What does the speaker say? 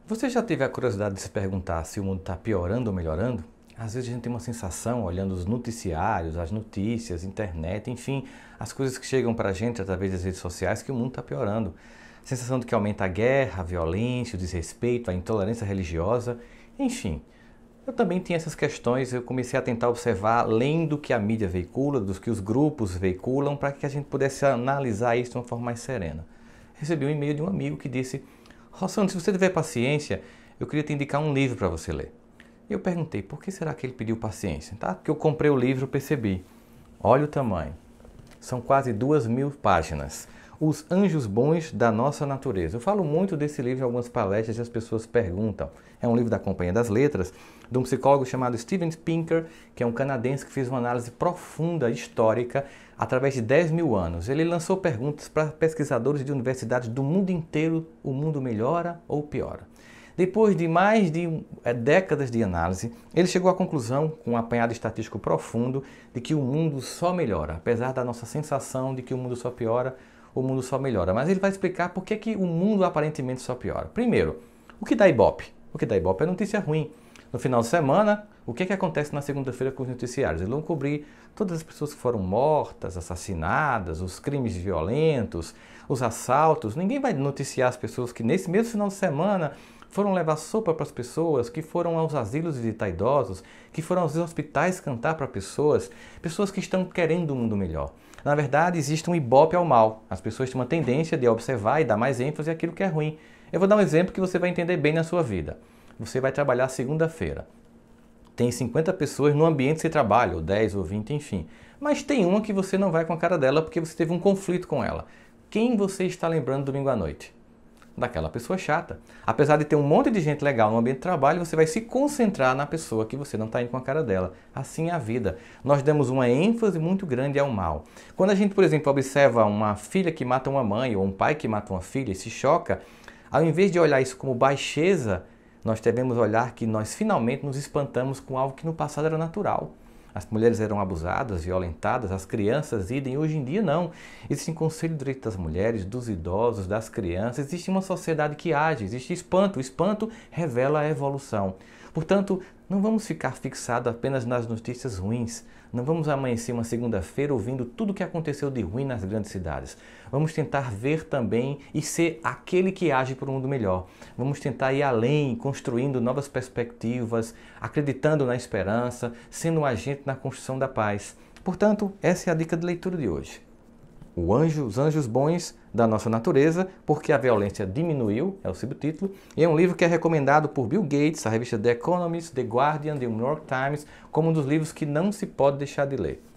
Você já teve a curiosidade de se perguntar se o mundo está piorando ou melhorando? Às vezes a gente tem uma sensação, olhando os noticiários, as notícias, internet, enfim, as coisas que chegam para a gente através das redes sociais, que o mundo está piorando. Sensação de que aumenta a guerra, a violência, o desrespeito, a intolerância religiosa, enfim. Eu também tinha essas questões, eu comecei a tentar observar além do que a mídia veicula, dos que os grupos veiculam, para que a gente pudesse analisar isso de uma forma mais serena. Recebi um e-mail de um amigo que disse: Rossano, se você tiver paciência, eu queria te indicar um livro para você ler. E eu perguntei, por que será que ele pediu paciência? Tá? Porque eu comprei o livro e percebi. Olha o tamanho. São quase 2.000 páginas. Os Anjos Bons da Nossa Natureza. Eu falo muito desse livro em algumas palestras e as pessoas perguntam. É um livro da Companhia das Letras, de um psicólogo chamado Steven Pinker, que é um canadense que fez uma análise profunda, histórica, através de 10.000 anos. Ele lançou perguntas para pesquisadores de universidades do mundo inteiro: o mundo melhora ou piora? Depois de mais de décadas de análise, ele chegou à conclusão, com um apanhado estatístico profundo, de que o mundo só melhora. Apesar da nossa sensação de que o mundo só piora, o mundo só melhora. Mas ele vai explicar por que o mundo aparentemente só piora. Primeiro, o que dá Ibope? O que dá Ibope é notícia ruim. No final de semana, o que acontece na segunda-feira com os noticiários? Eles vão cobrir todas as pessoas que foram mortas, assassinadas, os crimes violentos, os assaltos. Ninguém vai noticiar as pessoas que nesse mesmo final de semana foram levar sopa para as pessoas, que foram aos asilos visitar idosos, que foram aos hospitais cantar para pessoas que estão querendo um mundo melhor. Na verdade, existe um ibope ao mal. As pessoas têm uma tendência de observar e dar mais ênfase àquilo que é ruim. Eu vou dar um exemplo que você vai entender bem na sua vida. Você vai trabalhar segunda-feira. Tem 50 pessoas no ambiente que você trabalha, ou 10 ou 20, enfim. Mas tem uma que você não vai com a cara dela porque você teve um conflito com ela. Quem você está lembrando domingo à noite? Daquela pessoa chata. Apesar de ter um monte de gente legal no ambiente de trabalho, você vai se concentrar na pessoa que você não está indo com a cara dela. Assim é a vida. Nós damos uma ênfase muito grande ao mal. Quando a gente, por exemplo, observa uma filha que mata uma mãe ou um pai que mata uma filha e se choca, ao invés de olhar isso como baixeza, nós devemos olhar que nós finalmente nos espantamos com algo que no passado era natural. As mulheres eram abusadas, violentadas, as crianças idem. Hoje em dia não. Existe um Conselho de Direitos das Mulheres, dos idosos, das crianças. Existe uma sociedade que age, existe espanto. O espanto revela a evolução. Portanto, não vamos ficar fixados apenas nas notícias ruins. Não vamos amanhecer uma segunda-feira ouvindo tudo o que aconteceu de ruim nas grandes cidades. Vamos tentar ver também e ser aquele que age por um mundo melhor. Vamos tentar ir além, construindo novas perspectivas, acreditando na esperança, sendo um agente na construção da paz. Portanto, essa é a dica de leitura de hoje. Os Anjos Bons da Nossa Natureza, porque a violência diminuiu, é o subtítulo, e é um livro que é recomendado por Bill Gates, a revista The Economist, The Guardian, The New York Times, como um dos livros que não se pode deixar de ler.